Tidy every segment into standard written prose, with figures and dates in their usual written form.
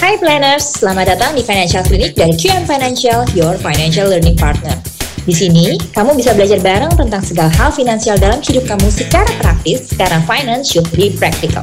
Hai planners, selamat datang di Financial Clinic dari QM Financial, your financial learning partner. Di sini, kamu bisa belajar bareng tentang segala hal finansial dalam hidup kamu secara praktis, karena finance should be practical.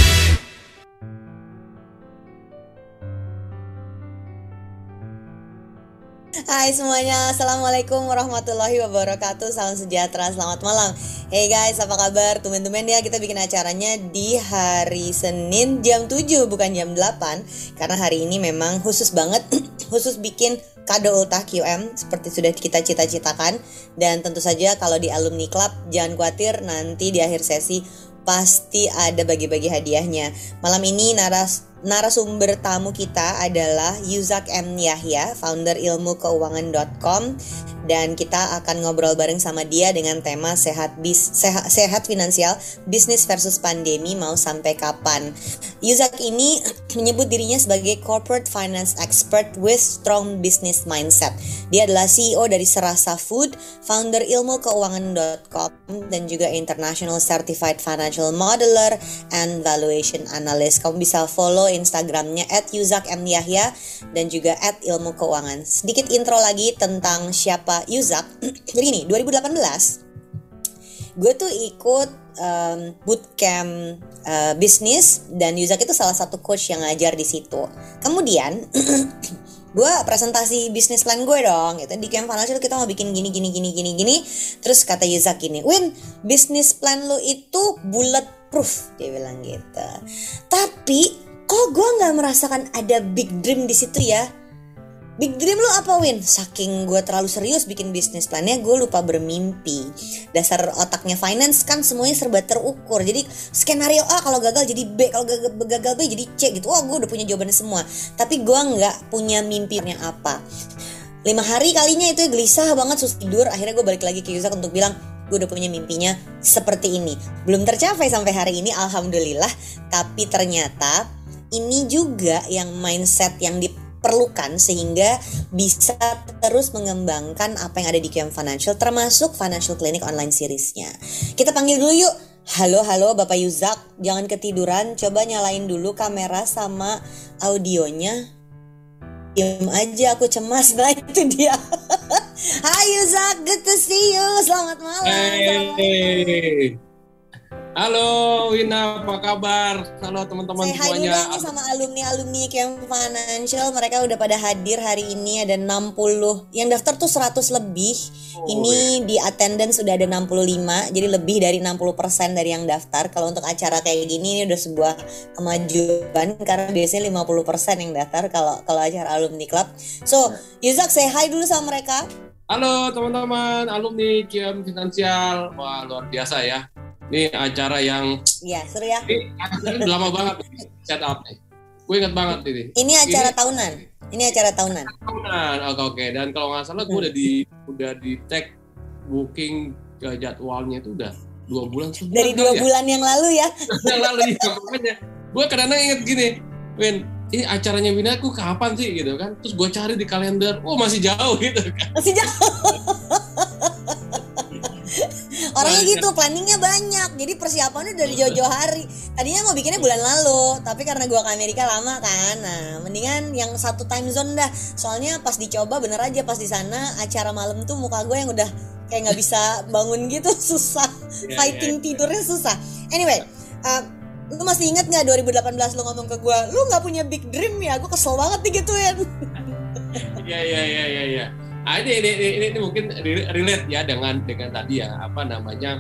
Hai semuanya, Assalamualaikum warahmatullahi wabarakatuh. Salam sejahtera, selamat malam. Hey guys, apa kabar? Tumben-tumben ya kita bikin acaranya di hari Senin jam 7 bukan jam 8. Karena hari ini memang khusus banget, khusus bikin kado ultah QM seperti sudah kita cita-citakan. Dan tentu saja kalau di Alumni Club jangan khawatir, nanti di akhir sesi pasti ada bagi-bagi hadiahnya. Malam ini narasumber tamu kita adalah Yuzak M. Yahya, founder ilmukeuangan.com, dan kita akan ngobrol bareng sama dia dengan tema sehat finansial, bisnis versus pandemi, mau sampai kapan. Yuzak ini menyebut dirinya sebagai corporate finance expert with strong business mindset. Dia adalah CEO dari Serasa Food, founder ilmukeuangan.com, dan juga international certified financial modeler and valuation analyst. Kamu bisa follow Instagramnya @yuzakmyahya dan juga @ilmukeuangan. Sedikit intro lagi tentang siapa Yuzak. Begini, 2018 gue tuh ikut bootcamp bisnis, dan Yuzak itu salah satu coach yang ngajar di situ. Kemudian gue presentasi bisnis plan gue dong, gitu. Di Camp Financial kita mau bikin gini. Terus kata Yuzak gini, "Win, bisnis plan lo itu bulletproof," dia bilang gitu. Tapi kok gue nggak merasakan ada big dream di situ ya? Big dream lo apa, Win? Saking gue terlalu serius bikin bisnis plannya, gue lupa bermimpi. Dasar otaknya finance kan semuanya serba terukur. Jadi skenario A kalau gagal jadi B, kalau gagal B jadi C gitu. Wah, gue udah punya jawabannya semua. Tapi gue nggak punya mimpinya apa. 5 hari kalinya itu gelisah banget, susah tidur. Akhirnya gue balik lagi ke Yuzak untuk bilang, gue udah punya mimpinya seperti ini. Belum tercapai sampai hari ini, alhamdulillah. Tapi ternyata ini juga yang mindset yang diperlukan sehingga bisa terus mengembangkan apa yang ada di QM Financial, termasuk Financial Clinic online seriesnya. Kita panggil dulu yuk. Halo Bapak Yuzak, jangan ketiduran, coba nyalain dulu kamera sama audionya. Diam aja, aku cemas. Nah itu dia. Hai Yuzak, good to see you. Selamat malam. Hey. Halo Wina, apa kabar? Halo teman-teman semuanya. Saya hai sama alumni QM Financial. Mereka udah pada hadir hari ini, ada 60. Yang daftar tuh 100 lebih. Ini di attendance sudah ada 65. Jadi lebih dari 60% dari yang daftar. Kalau untuk acara kayak gini, ini udah sebuah kemajuan. Karena biasanya 50% yang daftar kalau acara alumni club. So, Yuzak, say hi dulu sama mereka. Halo teman-teman alumni QM Financial. Wah, luar biasa ya. Ini acara yang seru ya. Ini lama banget setup nih. Gue ingat banget ini. Ini acara tahunan. Oke. Dan kalau nggak salah gue udah di tag booking ke jadwalnya itu udah 2 bulan sebelum. Dari 2 bulan yang lalu ya. Yang lalu ya. Makanya gue kadang-kadang inget gini, Win, ini acaranya Wina aku kapan sih gitu kan? Terus gue cari di kalender, masih jauh gitu kan. Masih jauh. Orangnya gitu, planningnya banyak. Jadi persiapannya dari jauh-jauh hari. Tadinya mau bikinnya bulan lalu, tapi karena gue ke Amerika lama kan. Nah, mendingan yang satu time zone dah. Soalnya pas dicoba bener aja, pas di sana acara malam tuh muka gue yang udah kayak nggak bisa bangun gitu, susah. Fighting tidurnya susah. Anyway, lu masih ingat nggak 2018 lu ngomong ke gue, lu nggak punya big dream ya? Gue kesel banget nih gituin. Iya. Ini mungkin relate ya dengan tadi ya, apa namanya,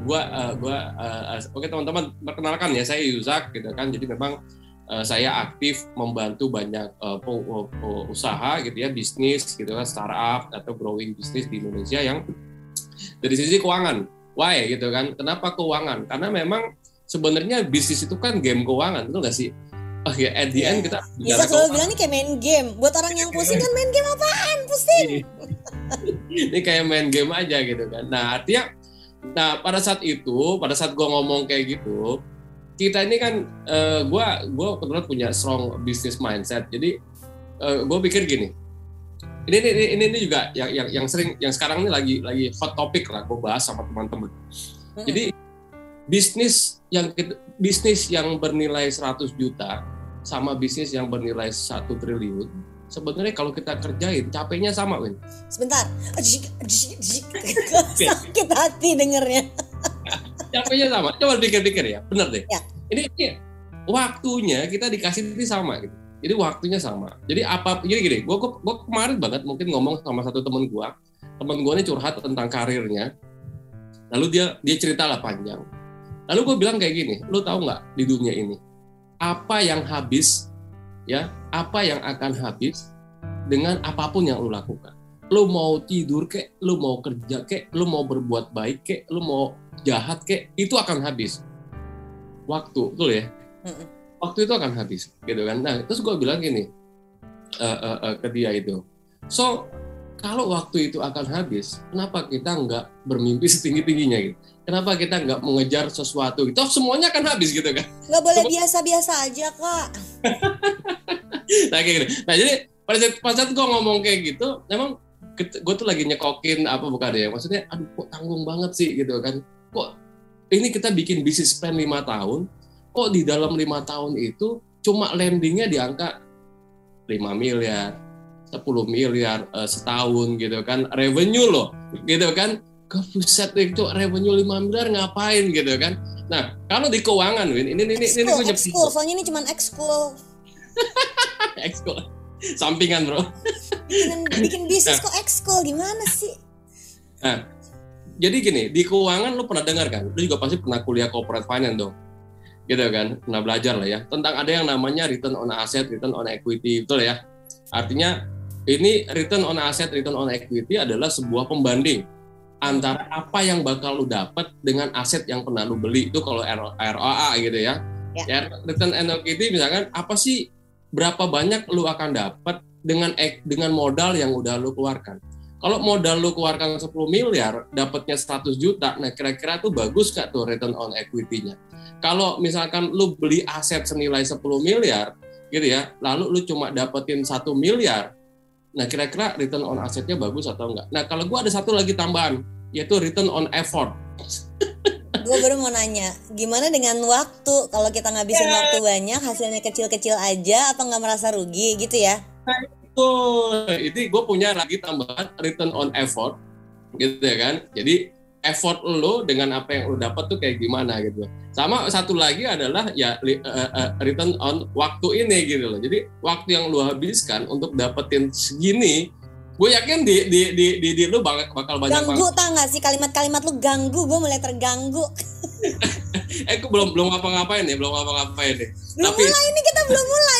oke teman-teman, perkenalkan ya, saya Yuzak gitu kan. Jadi memang saya aktif membantu banyak usaha gitu ya, bisnis gitu kan, startup atau growing bisnis di Indonesia yang dari sisi keuangan. Why gitu kan? Kenapa keuangan? Karena memang sebenarnya bisnis itu kan game keuangan, betul nggak sih? Oke, at the end kita bisa selalu bilang nih kayak main game. Buat orang yang pusing kan main game apaan? Pusing. Ini kayak main game aja gitu kan. Nah, artinya pada saat gue ngomong kayak gitu, kita ini kan gue kebetulan punya strong business mindset. Jadi gue pikir gini. Ini juga yang sering, yang sekarang ini lagi hot topic lah gue bahas sama teman-teman. Jadi bisnis yang bernilai 100 juta sama bisnis yang bernilai 1 triliun, sebenarnya kalau kita kerjain capeknya sama, Win. Sebentar. Sakit hati dengernya. Capeknya sama. Coba pikir-pikir ya, bener deh. Ya. Ini waktunya kita dikasih ini sama gitu. Jadi waktunya sama. Jadi jadi gini, gue kemarin banget mungkin ngomong sama satu temen gue ini curhat tentang karirnya. Lalu dia cerita lah panjang. Lalu gue bilang kayak gini, lu tahu nggak di dunia ini apa yang habis, ya, apa yang akan habis dengan apapun yang lu lakukan. Lu mau tidur kek, lu mau kerja kek, lu mau berbuat baik kek, lu mau jahat kek, itu akan habis. Waktu, betul ya? Waktu itu akan habis, gitu kan? Nah, terus gue bilang gini ke dia itu. So, kalau waktu itu akan habis, kenapa kita nggak bermimpi setinggi-tingginya gitu? Kenapa kita nggak mengejar sesuatu gitu? Semuanya akan habis gitu kan? Nggak boleh biasa-biasa aja, Kak. Nah, kayak gitu. Nah, jadi pada saat gue ngomong kayak gitu, memang gue tuh lagi nyekokin apa bukan ya? Maksudnya, aduh kok tanggung banget sih gitu kan? Kok ini kita bikin bisnis plan 5 tahun, kok di dalam 5 tahun itu cuma landingnya di angka 5 miliar, 10 miliar setahun gitu kan, revenue loh gitu kan, buset itu revenue 5 miliar ngapain gitu kan. Nah kalau di keuangan, Win, ini gue ekskul, soalnya ini cuma ekskul. Ekskul, sampingan bro. bikin bisnis kok ekskul, gimana sih? Nah jadi gini, di keuangan lu pernah dengar kan, lu juga pasti pernah kuliah corporate finance dong, gitu kan, pernah belajar lah ya tentang ada yang namanya return on asset, return on equity, betul ya? Artinya ini return on asset, return on equity adalah sebuah pembanding antara apa yang bakal lu dapat dengan aset yang pernah lu beli. Itu kalau ROA gitu ya. Ya, return on equity misalkan apa sih, berapa banyak lu akan dapat dengan modal yang udah lu keluarkan. Kalau modal lu keluarkan 10 miliar, dapatnya 100 juta, nah kira-kira tuh bagus nggak tuh return on equity-nya? Kalau misalkan lu beli aset senilai 10 miliar, gitu ya, lalu lu cuma dapetin 1 miliar, nah kira-kira return on asetnya bagus atau enggak? Nah kalau gue ada satu lagi tambahan, yaitu return on effort. Gue baru mau nanya, gimana dengan waktu? Kalau kita ngabisin waktu banyak, hasilnya kecil-kecil aja, apa nggak merasa rugi gitu ya? Itu gue punya lagi tambahan return on effort, gitu ya kan? Jadi effort lo dengan apa yang lo dapat tuh kayak gimana gitu. Sama satu lagi adalah ya return on waktu ini gitu loh. Jadi waktu yang lo habiskan untuk dapetin segini, gue yakin di lo bakal banyak ganggu banget. Tau nggak sih kalimat-kalimat lo ganggu, gue mulai terganggu. Gue belum ngapa-ngapain nih, belum ngapa-ngapain nih. Belum mulai, ini kita belum mulai.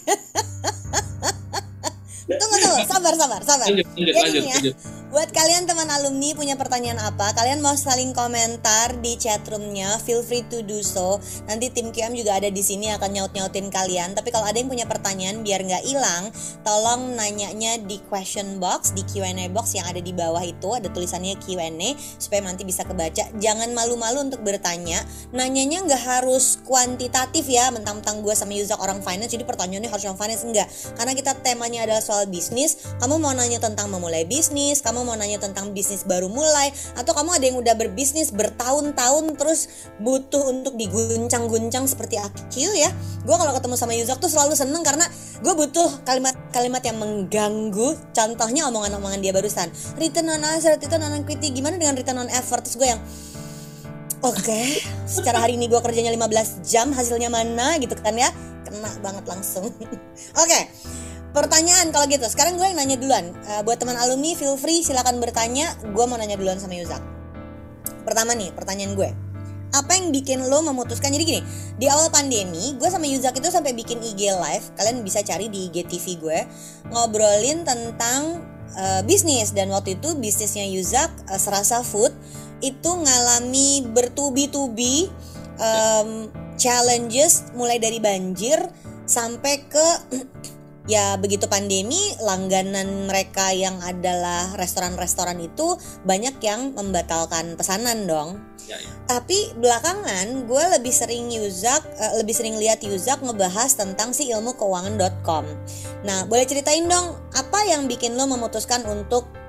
Tunggu, sabar. Lanjut. Buat kalian teman alumni punya pertanyaan apa, kalian mau saling komentar di chatroomnya, feel free to do so. Nanti tim QM juga ada di sini akan nyaut-nyautin kalian. Tapi kalau ada yang punya pertanyaan biar nggak hilang, tolong nanyanya di question box, di Q&A box yang ada di bawah itu ada tulisannya Q&A supaya nanti bisa kebaca. Jangan malu-malu untuk bertanya. Nanyanya nggak harus kuantitatif ya, mentang-mentang gue sama Yuzak orang finance jadi pertanyaannya harus yang finance, enggak. Karena kita temanya adalah soal bisnis. Kamu mau nanya tentang memulai bisnis, kamu mau nanya tentang bisnis baru mulai, atau kamu ada yang udah berbisnis bertahun-tahun terus butuh untuk diguncang-guncang seperti AQ ya. Gue kalau ketemu sama Yuzak tuh selalu seneng karena gue butuh kalimat-kalimat yang mengganggu. Contohnya omongan-omongan dia barusan, return on asset, return on equity, gimana dengan return on effort? Terus gue yang oke, secara hari ini gue kerjanya 15 jam, hasilnya mana gitu kan ya. Kena banget langsung. Oke. Pertanyaan kalau gitu, sekarang gue yang nanya duluan. Buat teman alumni feel free silakan bertanya. Gue mau nanya duluan sama Yuzak. Pertama nih, pertanyaan gue, apa yang bikin lo memutuskan? Jadi gini, di awal pandemi gue sama Yuzak itu sampai bikin IG live. Kalian bisa cari di IG TV gue, ngobrolin tentang bisnis. Dan waktu itu bisnisnya Yuzak, Serasa Food, itu ngalami bertubi-tubi challenges, mulai dari banjir sampai ke ya begitu pandemi, langganan mereka yang adalah restoran-restoran itu banyak yang membatalkan pesanan dong. Ya. Tapi belakangan gue lebih sering lihat Yuzak ngebahas tentang si ilmu keuangan.com. Nah, boleh ceritain dong apa yang bikin lo memutuskan untuk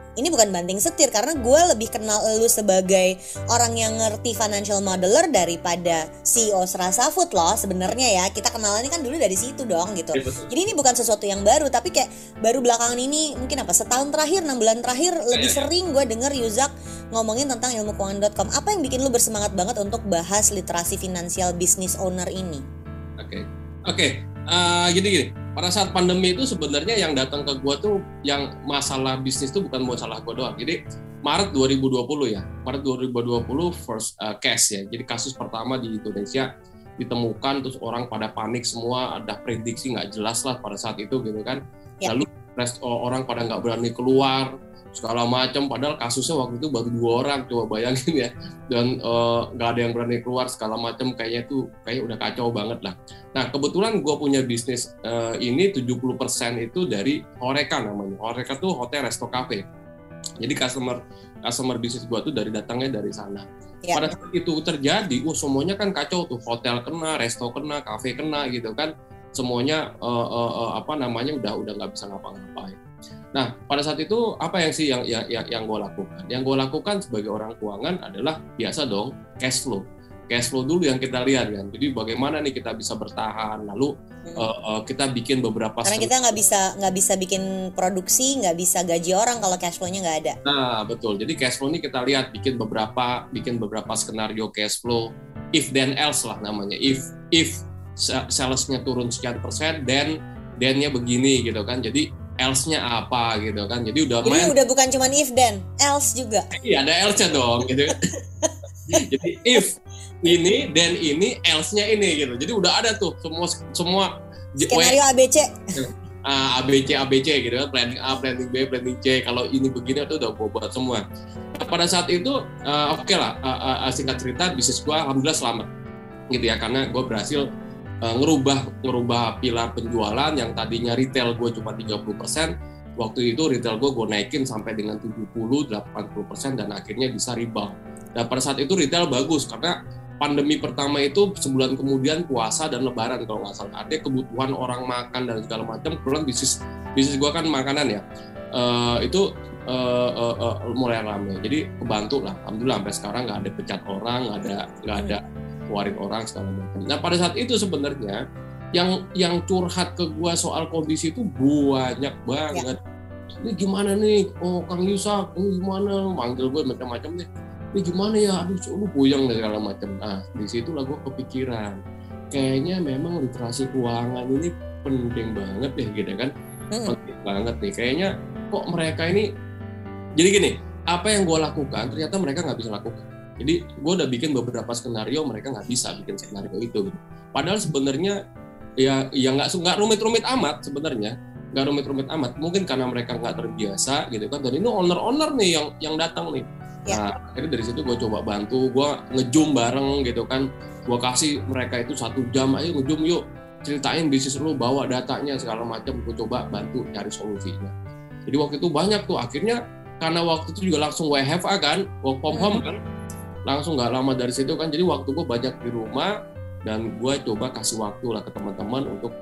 ini bukan banting setir, karena gue lebih kenal lu sebagai orang yang ngerti financial modeler daripada CEO Serasa Food loh sebenarnya ya. Kita kenalannya kan dulu dari situ dong gitu. Jadi ini bukan sesuatu yang baru, tapi kayak baru belakangan ini mungkin setahun terakhir, 6 bulan terakhir lebih sering gue denger Yuzak ngomongin tentang ilmukeuangan.com. Apa yang bikin lu bersemangat banget untuk bahas literasi finansial business owner ini? Oke. Gini. Pada saat pandemi itu sebenarnya yang datang ke gue tuh yang masalah bisnis tuh bukan masalah gue doang. Jadi Maret 2020 ya. Maret 2020 first case ya. Jadi kasus pertama di Indonesia ditemukan, terus orang pada panik semua, ada prediksi nggak jelas lah pada saat itu gitu kan. Lalu orang pada nggak berani keluar segala macam, padahal kasusnya waktu itu baru 2 orang, coba bayangin ya, dan nggak ada yang berani keluar segala macam, kayak udah kacau banget lah. Nah kebetulan gue punya bisnis ini 70% itu dari Horeca namanya. Horeca tuh hotel, resto, cafe. Jadi customer bisnis gue tuh datangnya dari sana. Pada saat itu terjadi, semuanya kan kacau tuh, hotel kena, resto kena, cafe kena gitu kan, semuanya udah nggak bisa ngapa-ngapain. Nah, pada saat itu apa yang gue lakukan? Yang gue lakukan sebagai orang keuangan adalah biasa dong, cash flow. Cash flow dulu yang kita lihat kan. Jadi bagaimana nih kita bisa bertahan, lalu kita bikin beberapa. Karena kita nggak bisa bikin produksi, nggak bisa gaji orang kalau cash flow-nya nggak ada. Nah, betul. Jadi cash flow ini kita lihat, bikin beberapa skenario cash flow, if then else lah namanya. If sales-nya turun sekian persen, then-nya begini gitu kan. Jadi else-nya apa gitu kan. Jadi udah bukan cuma if then, else juga. Iya, ada else-nya dong gitu. Jadi if ini, then ini, else-nya ini gitu. Jadi udah ada tuh semua skenario ABC gitu kan. Planning A, planning B, planning C. Kalau ini begini itu udah gue buat semua. Nah, pada saat itu singkat cerita bisnis gue alhamdulillah selamat gitu ya, karena gue berhasil ngerubah pilar penjualan yang tadinya retail gue cuma 30%, waktu itu retail gue naikin sampai dengan 70-80% dan akhirnya bisa rebound. Dan pada saat itu retail bagus karena pandemi pertama itu sebulan kemudian puasa dan lebaran kalau nggak salah. Artinya kebutuhan orang makan dan segala macam, kebetulan bisnis gue kan makanan ya, itu mulai ramai. Jadi kebantu lah, alhamdulillah sampai sekarang nggak ada pecat orang, nggak ada keluarin orang segala macam. Nah pada saat itu sebenarnya yang curhat ke gua soal kondisi itu banyak banget. Ini gimana nih? Kang Yusak, ini gimana? Manggil gue macam-macam nih. Ini gimana ya? Aduh, lu puyeng dan segala macam. Nah di situlah gua kepikiran. Kayaknya memang literasi keuangan ini penting banget deh gitu kan. Penting banget nih. Kayaknya kok mereka ini. Jadi gini, apa yang gua lakukan ternyata mereka nggak bisa lakukan. Jadi gue udah bikin beberapa skenario, mereka nggak bisa bikin skenario itu. Padahal sebenarnya ya nggak rumit-rumit amat sebenarnya, nggak rumit-rumit amat. Mungkin karena mereka nggak terbiasa gitu kan. Dan ini owner nih yang datang nih. Nah akhirnya dari situ gue coba bantu, gue nge-zoom bareng gitu kan. Gue kasih mereka itu 1 jam, ayo nge-zoom yuk, ceritain bisnis lu, bawa datanya segala macam. Gue coba bantu cari solusinya. Jadi waktu itu banyak tuh, akhirnya karena waktu itu juga langsung WFH kan, work from home kan. Langsung nggak lama dari situ kan, jadi waktu gue banyak di rumah dan gue coba kasih waktu lah ke teman-teman untuk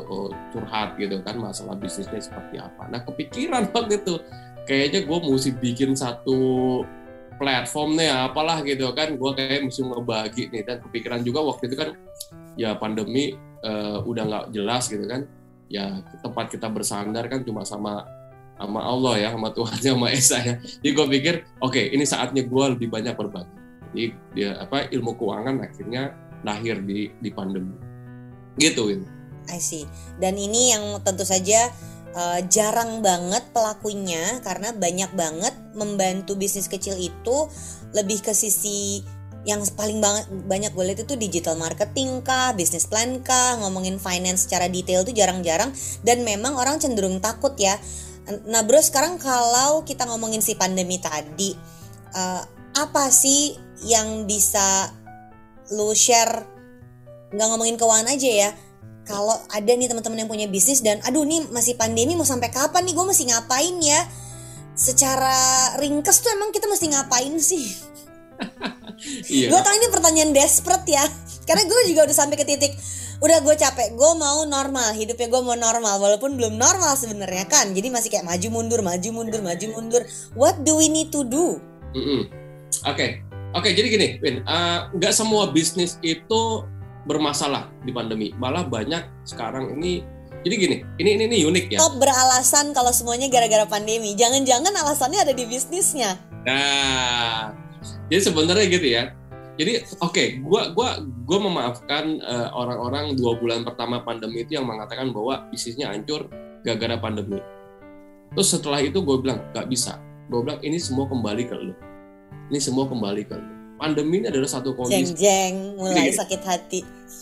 curhat gitu kan masalah bisnisnya seperti apa. Nah kepikiran waktu itu kayaknya gue mesti bikin satu platform nih apalah gitu kan, gue kayak mesti ngebagi nih. Dan kepikiran juga waktu itu kan ya pandemi udah nggak jelas gitu kan, ya tempat kita bersandar kan cuma sama Allah ya, sama Tuhan, sama Esa ya. Jadi gue pikir oke, ini saatnya gue lebih banyak berbagi. Jadi ilmu keuangan akhirnya lahir di pandemi gitu. I see. Dan ini yang tentu saja jarang banget pelakunya, karena banyak banget membantu bisnis kecil itu lebih ke sisi yang paling banyak gue lihat itu digital marketing kah, business plan kah, ngomongin finance secara detail itu jarang-jarang, dan memang orang cenderung takut ya. Nah bro, sekarang kalau kita ngomongin si pandemi tadi, apa sih yang bisa lu share, nggak ngomongin keuangan aja ya, kalau ada nih teman-teman yang punya bisnis dan aduh nih masih pandemi mau sampai kapan nih, gue mesti ngapain ya, secara ringkes tuh emang kita mesti ngapain sih? Gue tau ini pertanyaan desperate ya, karena gue juga udah sampai ke titik Udah gue capek, gue mau normal, hidupnya gue mau normal, walaupun belum normal sebenarnya kan. Jadi masih kayak maju mundur, maju mundur, maju mundur. What do we need to do? Oke, jadi gini, Win, nggak semua bisnis itu bermasalah di pandemi. Malah banyak sekarang ini. Jadi gini, ini unik ya. Top beralasan kalau semuanya gara-gara pandemi. Jangan-jangan alasannya ada di bisnisnya. Nah, jadi sebenarnya gitu ya. Jadi gua memaafkan orang-orang 2 bulan pertama pandemi itu yang mengatakan bahwa bisnisnya hancur gara-gara pandemi. Terus setelah itu gue bilang nggak bisa. Gue bilang ini semua kembali ke lu. Ini semua kembali ke lu. Pandemi ini adalah satu kondisi. Jeng-jeng, mulai sakit hati.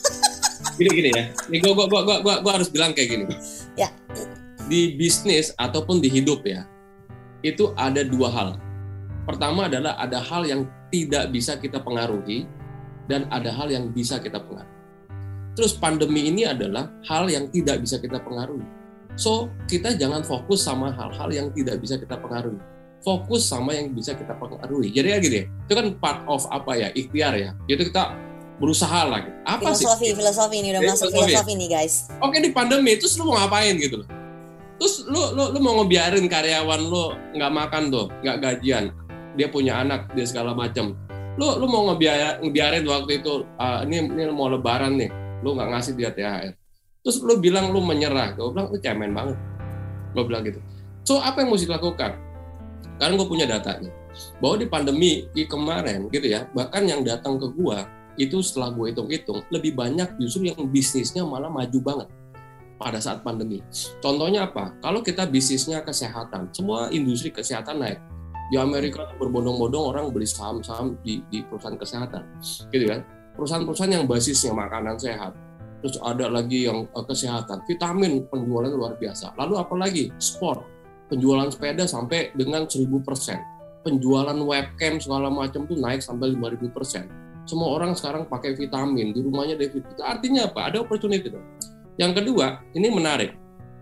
Gini ya. Ini gue harus bilang kayak gini. Ya. Di bisnis ataupun di hidup ya, itu ada 2 hal. Pertama adalah ada hal yang tidak bisa kita pengaruhi dan ada hal yang bisa kita pengaruhi. Terus pandemi ini adalah hal yang tidak bisa kita pengaruhi. So, kita jangan fokus sama hal-hal yang tidak bisa kita pengaruhi. Fokus sama yang bisa kita pengaruhi. Jadi ya gitu ya, itu kan part of apa ya, ikhtiar ya. Jadi kita berusaha lah. Gitu. Apa filosofi ini udah masuk filosofi nih guys. Oke, di pandemi terus lu mau ngapain gitu loh. Terus lu mau ngebiarin karyawan lu nggak makan tuh, nggak gajian. Dia punya anak, dia segala macam. Lu mau ngebiarin waktu itu ini mau lebaran nih, lu nggak ngasih dia THR. Terus lu bilang lu menyerah. Gue bilang lu cemen banget. Gue bilang gitu. So apa yang mesti dilakukan? Karena gue punya datanya. Bahwa di pandemi kemarin gitu ya, bahkan yang datang ke gue itu setelah gue hitung-hitung lebih banyak justru yang bisnisnya malah maju banget pada saat pandemi. Contohnya apa? Kalau kita bisnisnya kesehatan, semua industri kesehatan naik. Di Amerika berbondong-bondong orang beli saham-saham di perusahaan kesehatan, gitu kan? Perusahaan-perusahaan yang basisnya makanan sehat, terus ada lagi yang kesehatan, vitamin penjualan luar biasa. Lalu apalagi sport, penjualan sepeda sampai dengan 1000%, penjualan webcam segala macam tuh naik sampai 5000%. Semua orang sekarang pakai vitamin di rumahnya David. Itu artinya apa? Ada opportunity dong. Yang kedua, ini menarik.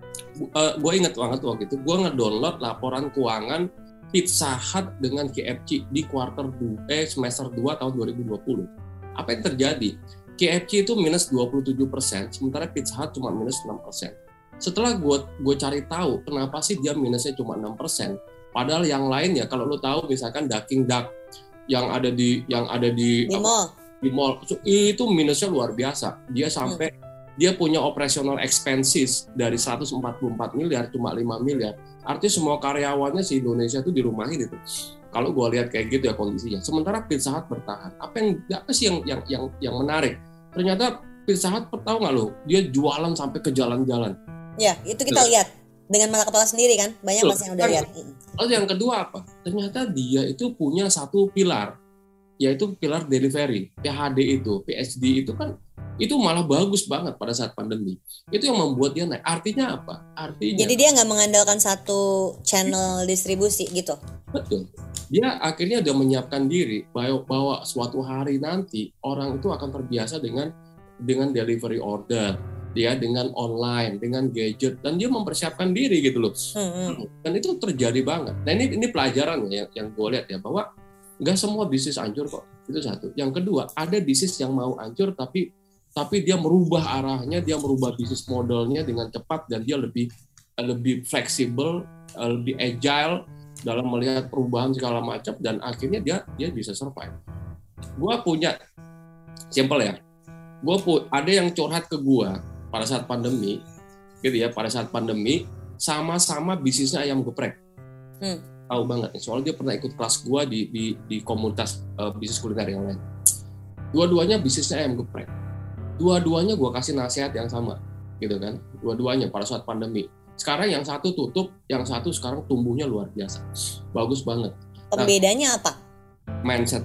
Gue ingat banget waktu itu, gue ngedownload laporan keuangan Pizza Hut dengan KFC di semester 2 tahun 2020. Apa yang terjadi? KFC itu minus 27%, sementara Pizza Hut cuma minus 6%. Setelah gue cari tahu kenapa sih dia minusnya cuma 6%, padahal yang lain ya kalau lo tahu misalkan Ducking Duck yang ada di mall itu minusnya luar biasa. Dia sampai dia punya operational expenses dari 144 miliar cuma 5 miliar. Artinya semua karyawannya si Indonesia itu dirumahin itu. Kalau gue lihat kayak gitu ya kondisinya. Sementara Pizza Hut bertahan. Apa sih yang menarik? Ternyata Pizza Hut tahu nggak lo? Dia jualan sampai ke jalan-jalan. Ya, itu kita lihat dengan mata kepala sendiri kan. Banyak masih yang udah lihat. Lalu yang kedua apa? Ternyata dia itu punya satu pilar, yaitu pilar delivery, PHD itu, PSD itu kan itu malah bagus banget pada saat pandemi. Itu yang membuat dia naik. Artinya apa? Artinya jadi dia nggak mengandalkan satu channel distribusi gitu. Betul. Dia akhirnya udah menyiapkan diri bahwa suatu hari nanti orang itu akan terbiasa dengan delivery order, dia dengan online, dengan gadget, dan dia mempersiapkan diri gitu loh. Dan itu terjadi banget. Nah ini pelajaran ya yang gue lihat ya, bahwa nggak semua bisnis hancur kok. Itu satu. Yang kedua, ada bisnis yang mau hancur tapi dia merubah arahnya, dia merubah bisnis modelnya dengan cepat dan dia lebih fleksibel, lebih agile dalam melihat perubahan segala macam dan akhirnya dia bisa survive. Gua punya simple ya. Ada yang curhat ke gua pada saat pandemi, gitu ya. Pada saat pandemi sama-sama bisnisnya ayam geprek. Tahu banget nih, soalnya dia pernah ikut kelas gua di komunitas bisnis kuliner yang lain. Dua-duanya bisnisnya ayam geprek. Dua-duanya gue kasih nasihat yang sama, gitu kan? Dua-duanya pada saat pandemi. Sekarang yang satu tutup, yang satu sekarang tumbuhnya luar biasa, bagus banget. Pembedanya apa? Mindset.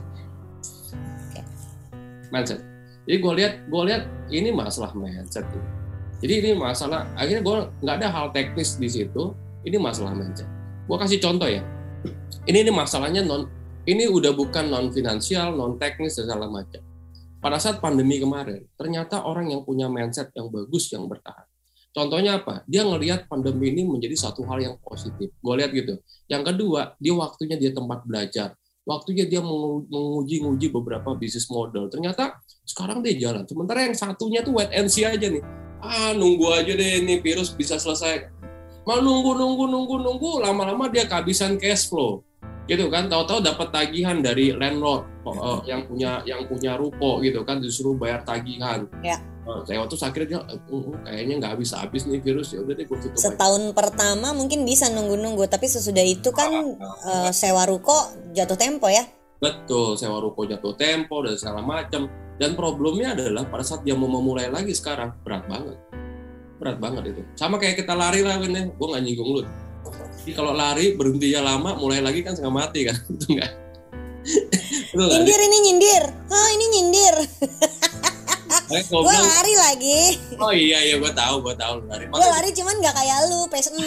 Mindset. Jadi gue lihat ini masalah mindset. Jadi ini masalah. Akhirnya gue nggak ada hal teknis di situ. Ini masalah mindset. Gue kasih contoh ya. Ini masalahnya ini udah bukan non finansial, non teknis dan segala macam. Pada saat pandemi kemarin, ternyata orang yang punya mindset yang bagus, yang bertahan. Contohnya apa? Dia ngelihat pandemi ini menjadi satu hal yang positif. Gue lihat gitu. Yang kedua, dia waktunya dia tempat belajar. waktunya dia menguji beberapa bisnis model. Ternyata sekarang dia jalan. Sementara yang satunya tuh wait and see aja nih. Nunggu aja deh ini virus bisa selesai. Mau nunggu, lama-lama dia kehabisan cash flow. Gitu kan, tahu-tahu dapat tagihan dari landlord yang punya ruko gitu kan, disuruh bayar tagihan. Ya. Saya waktu akhirnya dia kayaknya nggak habis ni virus, ya udah deh gue tutup. Setahun pertama mungkin bisa nunggu, tapi sesudah itu kan sewa ruko jatuh tempo ya. Betul, sewa ruko jatuh tempo dan segala macam. Dan problemnya adalah pada saat dia mau memulai lagi sekarang berat banget itu. Sama kayak kita lari lah, Win, gue nggak nyinggung lu. Jadi kalau lari berhentinya lama, mulai lagi kan setengah mati kan, itu enggak. Nyindir. Ini nyindir. Gue lari lagi. Oh iya gue tahu lari. Gue lari cuman nggak kayak lu PS6.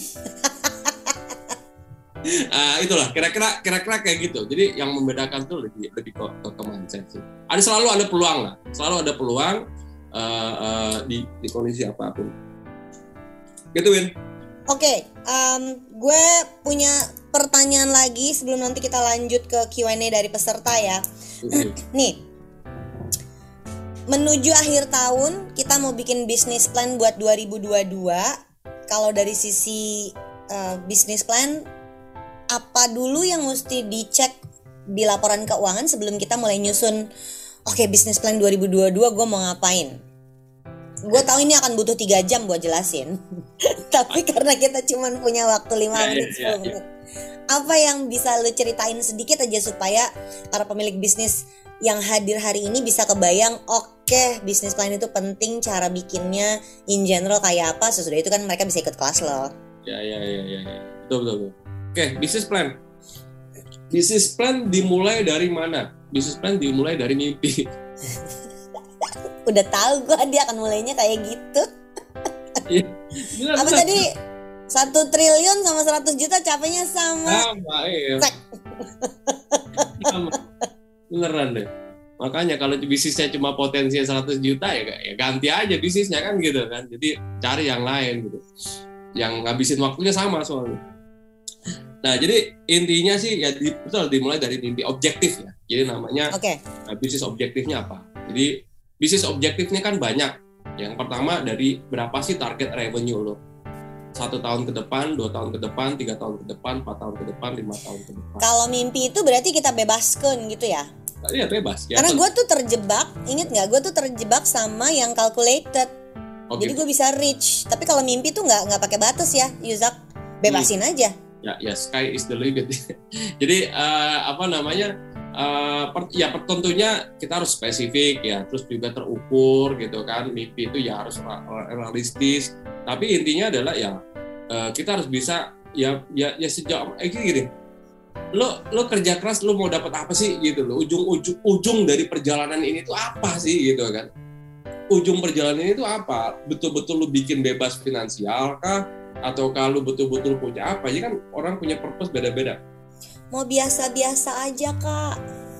Itulah kira-kira kayak gitu. Jadi yang membedakan tuh lebih ke mindset sih. Selalu ada peluang di kondisi apapun. Gitu, Win. Oke, gue punya pertanyaan lagi sebelum nanti kita lanjut ke Q&A dari peserta ya. Nih, menuju akhir tahun kita mau bikin bisnis plan buat 2022. Kalau dari sisi bisnis plan, apa dulu yang mesti dicek di laporan keuangan sebelum kita mulai nyusun? Oke, bisnis plan 2022 gue mau ngapain? Gue tahu ini akan butuh 3 jam buat jelasin. Tapi karena kita cuma punya waktu 5 menit, 10 menit. Apa yang bisa lu ceritain sedikit aja supaya para pemilik bisnis yang hadir hari ini bisa kebayang, oke, bisnis plan itu penting, cara bikinnya in general kayak apa, sesudah itu kan mereka bisa ikut kelas lo. Ya. Betul. Oke, bisnis plan. Bisnis plan dimulai dari mana? Bisnis plan dimulai dari mimpi. Udah tahu gue dia akan mulainya kayak gitu. Iya, apa tadi 1 triliun sama 100 juta capeknya sama. Iya. Beneran deh. Makanya kalau bisnisnya cuma potensinya 100 juta ya ganti aja bisnisnya kan gitu kan. Jadi cari yang lain gitu. Yang ngabisin waktunya sama soalnya. Nah, jadi intinya sih ya betul dimulai dari mimpi objektif ya. Jadi namanya bisnis objektifnya apa? Jadi bisnis objektifnya kan banyak. Yang pertama dari berapa sih target revenue lo? 1 tahun ke depan, 2 tahun ke depan, 3 tahun ke depan, 4 tahun ke depan, 5 tahun ke depan. Kalau mimpi itu berarti kita bebaskan gitu ya? Iya bebas. Ya, karena gue tuh terjebak, inget nggak? Gue tuh terjebak sama yang calculated. Jadi gue bisa reach. Tapi kalau mimpi tuh nggak pakai batas ya, Yuzak. Bebasin aja. Ya, sky is the limit. Jadi tentunya kita harus spesifik ya, terus juga terukur gitu kan. Mimpi itu ya harus realistis. Tapi intinya adalah ya kita harus bisa ya sejauh gini. Lo kerja keras, lo mau dapat apa sih gitu lo. Ujung dari perjalanan ini tuh apa sih gitu kan. Ujung perjalanan ini tuh apa? Betul-betul lo bikin bebas finansial kah? Atau kalau betul-betul punya apa? Jadi kan orang punya purpose beda-beda. Mau biasa-biasa aja, Kak.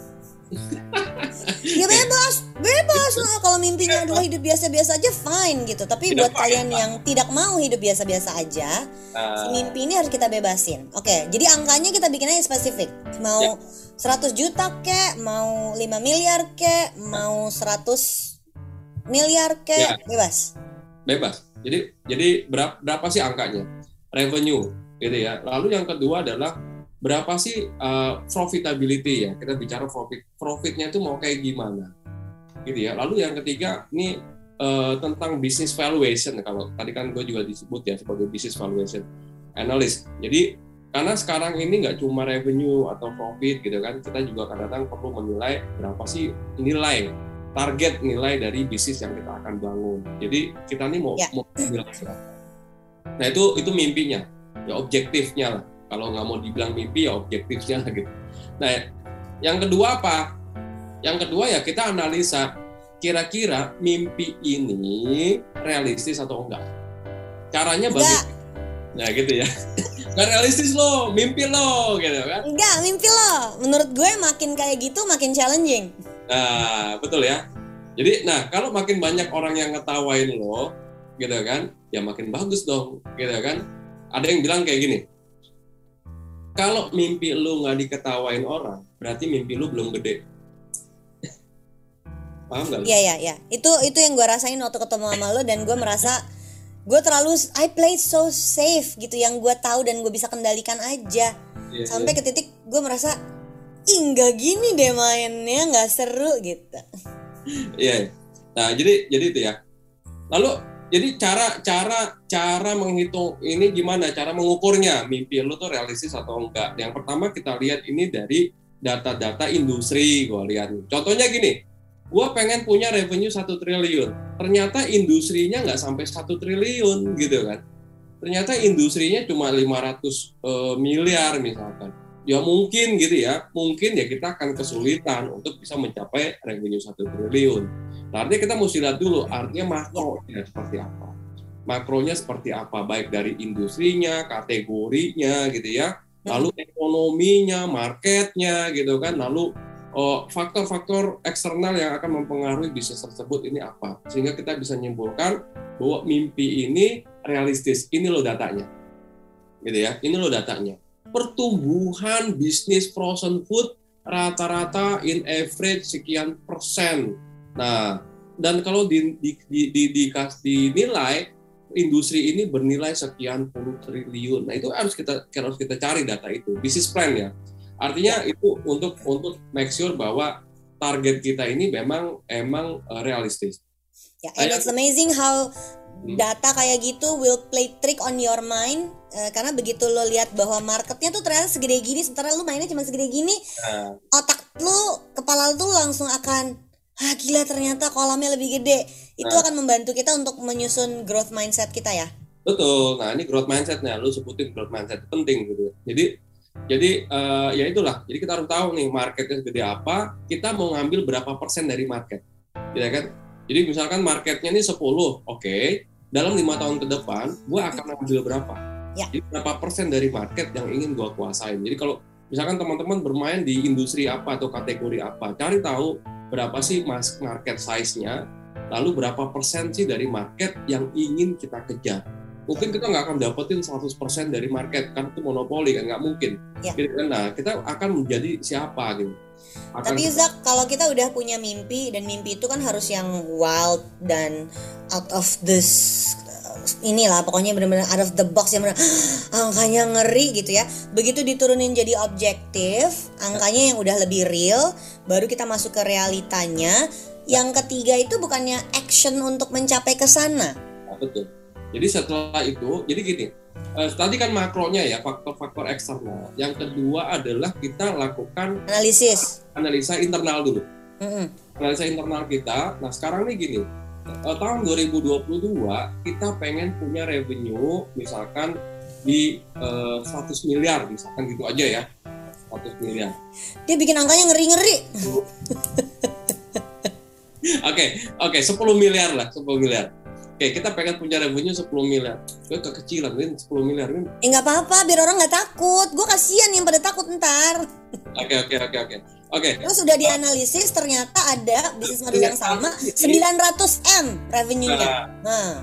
Ya bebas. Nah, kalau mimpinya adalah hidup biasa-biasa aja fine gitu. Tapi buat kalian yang tidak mau hidup biasa-biasa aja, si mimpi ini harus kita bebasin. Oke, jadi angkanya kita bikin aja spesifik. Mau 100 juta kek, mau 5 miliar kek, mau 100 miliar kek, Bebas. Jadi berapa sih angkanya? Revenue gitu ya. Lalu yang kedua adalah berapa sih profitability ya? Kita bicara profitnya itu mau kayak gimana? Gitu ya. Lalu yang ketiga ini tentang business valuation. Kalau tadi kan gue juga disebut ya sebagai business valuation analyst. Jadi karena sekarang ini nggak cuma revenue atau profit gitu kan, kita juga kadang-kadang perlu menilai berapa sih target nilai dari bisnis yang kita akan bangun. Jadi kita nih mau bilang berapa. Nah itu mimpinya, ya objektifnya lah. Kalau nggak mau dibilang mimpi ya objektifnya lah gitu. Nah yang kedua apa? Yang kedua ya kita analisa kira-kira mimpi ini realistis atau enggak. Caranya bagaimana? Nah gitu ya. Nggak realistis lo, mimpi lo gitu kan? Enggak, mimpi lo. Menurut gue makin kayak gitu makin challenging. Nah, betul ya. Jadi, kalau makin banyak orang yang ngetawain lo, gitu kan, ya makin bagus dong, gitu kan. Ada yang bilang kayak gini, Kalau mimpi lu nggak diketawain orang, berarti mimpi lu belum gede. Paham nggak? Iya. Itu yang gue rasain waktu ketemu sama lo, dan gue merasa gue terlalu I play so safe gitu, yang gue tahu dan gue bisa kendalikan aja. Sampai ke titik gue merasa nggak gini deh mainnya, nggak seru gitu. Iya. Nah, jadi itu ya. Lalu jadi cara menghitung ini gimana? Cara mengukurnya mimpi lu tuh realistis atau enggak? Yang pertama kita lihat ini dari data-data industri. Gue lihat. Contohnya gini, gue pengen punya revenue 1 triliun. Ternyata industrinya nggak sampai 1 triliun gitu kan. Ternyata industrinya cuma 500 miliar misalkan. Ya mungkin gitu ya. Mungkin ya kita akan kesulitan untuk bisa mencapai revenue 1 triliun. Nah, artinya kita mesti lihat dulu, artinya makronya seperti apa. Makronya seperti apa, baik dari industrinya, kategorinya gitu ya. Lalu ekonominya, marketnya gitu kan. Lalu faktor-faktor eksternal yang akan mempengaruhi bisnis tersebut ini apa, sehingga kita bisa menyimpulkan bahwa mimpi ini realistis. Ini loh datanya, gitu ya. Ini loh datanya. Pertumbuhan bisnis frozen food rata-rata in average sekian persen. Nah, dan kalau dinilai industri ini bernilai sekian puluh triliun. Nah, itu harus kita cari data itu, bisnis plan ya. Artinya itu untuk make sure bahwa target kita ini emang realistis. Ya, and it's amazing how data kayak gitu will play trick on your mind, karena begitu lo lihat bahwa marketnya tuh ternyata segede gini, sementara lo mainnya cuma segede gini, otak lo, kepala lo tuh langsung akan gila, ternyata kolamnya lebih gede. Itu akan membantu kita untuk menyusun growth mindset kita ya. Betul. Nah, ini growth mindsetnya, lo sebutin growth mindset penting gitu. Jadi ya itulah. Jadi kita harus tahu nih marketnya segede apa, kita mau ngambil berapa persen dari market, ya kan? Jadi misalkan marketnya ini 10, oke. Dalam 5 tahun ke depan, gue akan ambil berapa? Ya. Jadi berapa persen dari market yang ingin gue kuasain. Jadi kalau misalkan teman-teman bermain di industri apa atau kategori apa, cari tahu berapa sih market size-nya, lalu berapa persen sih dari market yang ingin kita kejar. Mungkin kita nggak akan dapetin 100% dari market, kan itu monopoli kan, nggak mungkin. Ya. Nah, kita akan menjadi siapa gitu. Tapi Zak, kalau kita udah punya mimpi, dan mimpi itu kan harus yang wild dan out of this inilah, pokoknya benar-benar out of the box, yang benar angkanya ngeri gitu ya. Begitu diturunin jadi objektif, angkanya yang udah lebih real, baru kita masuk ke realitanya. Yang ketiga itu bukannya action untuk mencapai ke sana. Nah, betul. Jadi setelah itu, jadi gini, tadi kan makronya ya, faktor-faktor eksternal. Yang kedua adalah kita lakukan analisa internal dulu. Analisa internal kita. Nah, sekarang nih gini, tahun 2022 kita pengen punya revenue misalkan di 100 miliar, misalkan gitu aja ya, 100 miliar. Dia bikin angkanya ngeri-ngeri. Oke, 10 miliar lah, 10 miliar. Oke, kita pengen punya revenue 10 miliar. Gue kekecilan, Win, 10 miliar, Win. Nggak apa-apa, biar orang nggak takut. Gue kasihan yang pada takut ntar. Oke. Terus sudah dianalisis, ternyata ada bisnis model yang sama, 900M revenue-nya.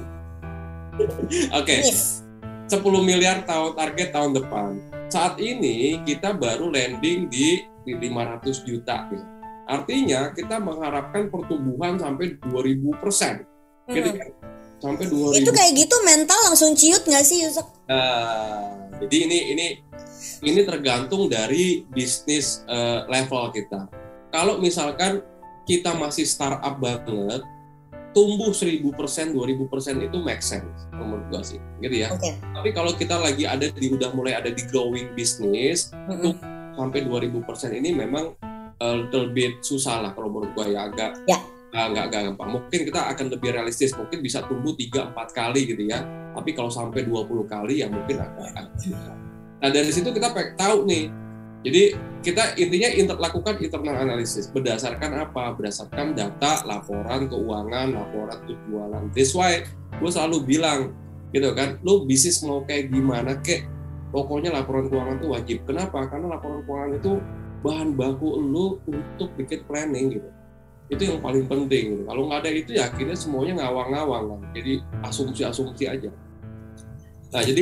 Oke. 10 miliar target tahun depan. Saat ini kita baru landing di 500 juta. Artinya kita mengharapkan pertumbuhan sampai 2000%. Gitu kan? Sampai 2000. Itu kayak gitu mental langsung ciut nggak sih, Yusuf? Jadi ini tergantung dari bisnis level kita. Kalau misalkan kita masih startup banget, tumbuh 1000%, 2000% itu make sense menurut gua sih, gitu ya. Okay. Tapi kalau kita lagi udah mulai ada di growing bisnis, sampai 2000% ini memang little bit susah lah kalau menurut gua ya, agak. Ya. Nggak gampang. Mungkin kita akan lebih realistis, mungkin bisa tumbuh 3-4 kali gitu ya. Tapi kalau sampai 20 kali ya mungkin agak susah. Nah, dari situ kita tahu nih. Jadi kita intinya lakukan internal analisis. Berdasarkan apa? Berdasarkan data, laporan keuangan, laporan penjualan. That's why gue selalu bilang gitu kan, lu bisnis mau kayak gimana kek, pokoknya laporan keuangan itu wajib. Kenapa? Karena laporan keuangan itu bahan baku lu untuk bikin planning gitu. Itu yang paling penting gitu. Kalau nggak ada itu ya akhirnya semuanya ngawang-ngawang kan. Jadi asumsi-asumsi aja. Nah, jadi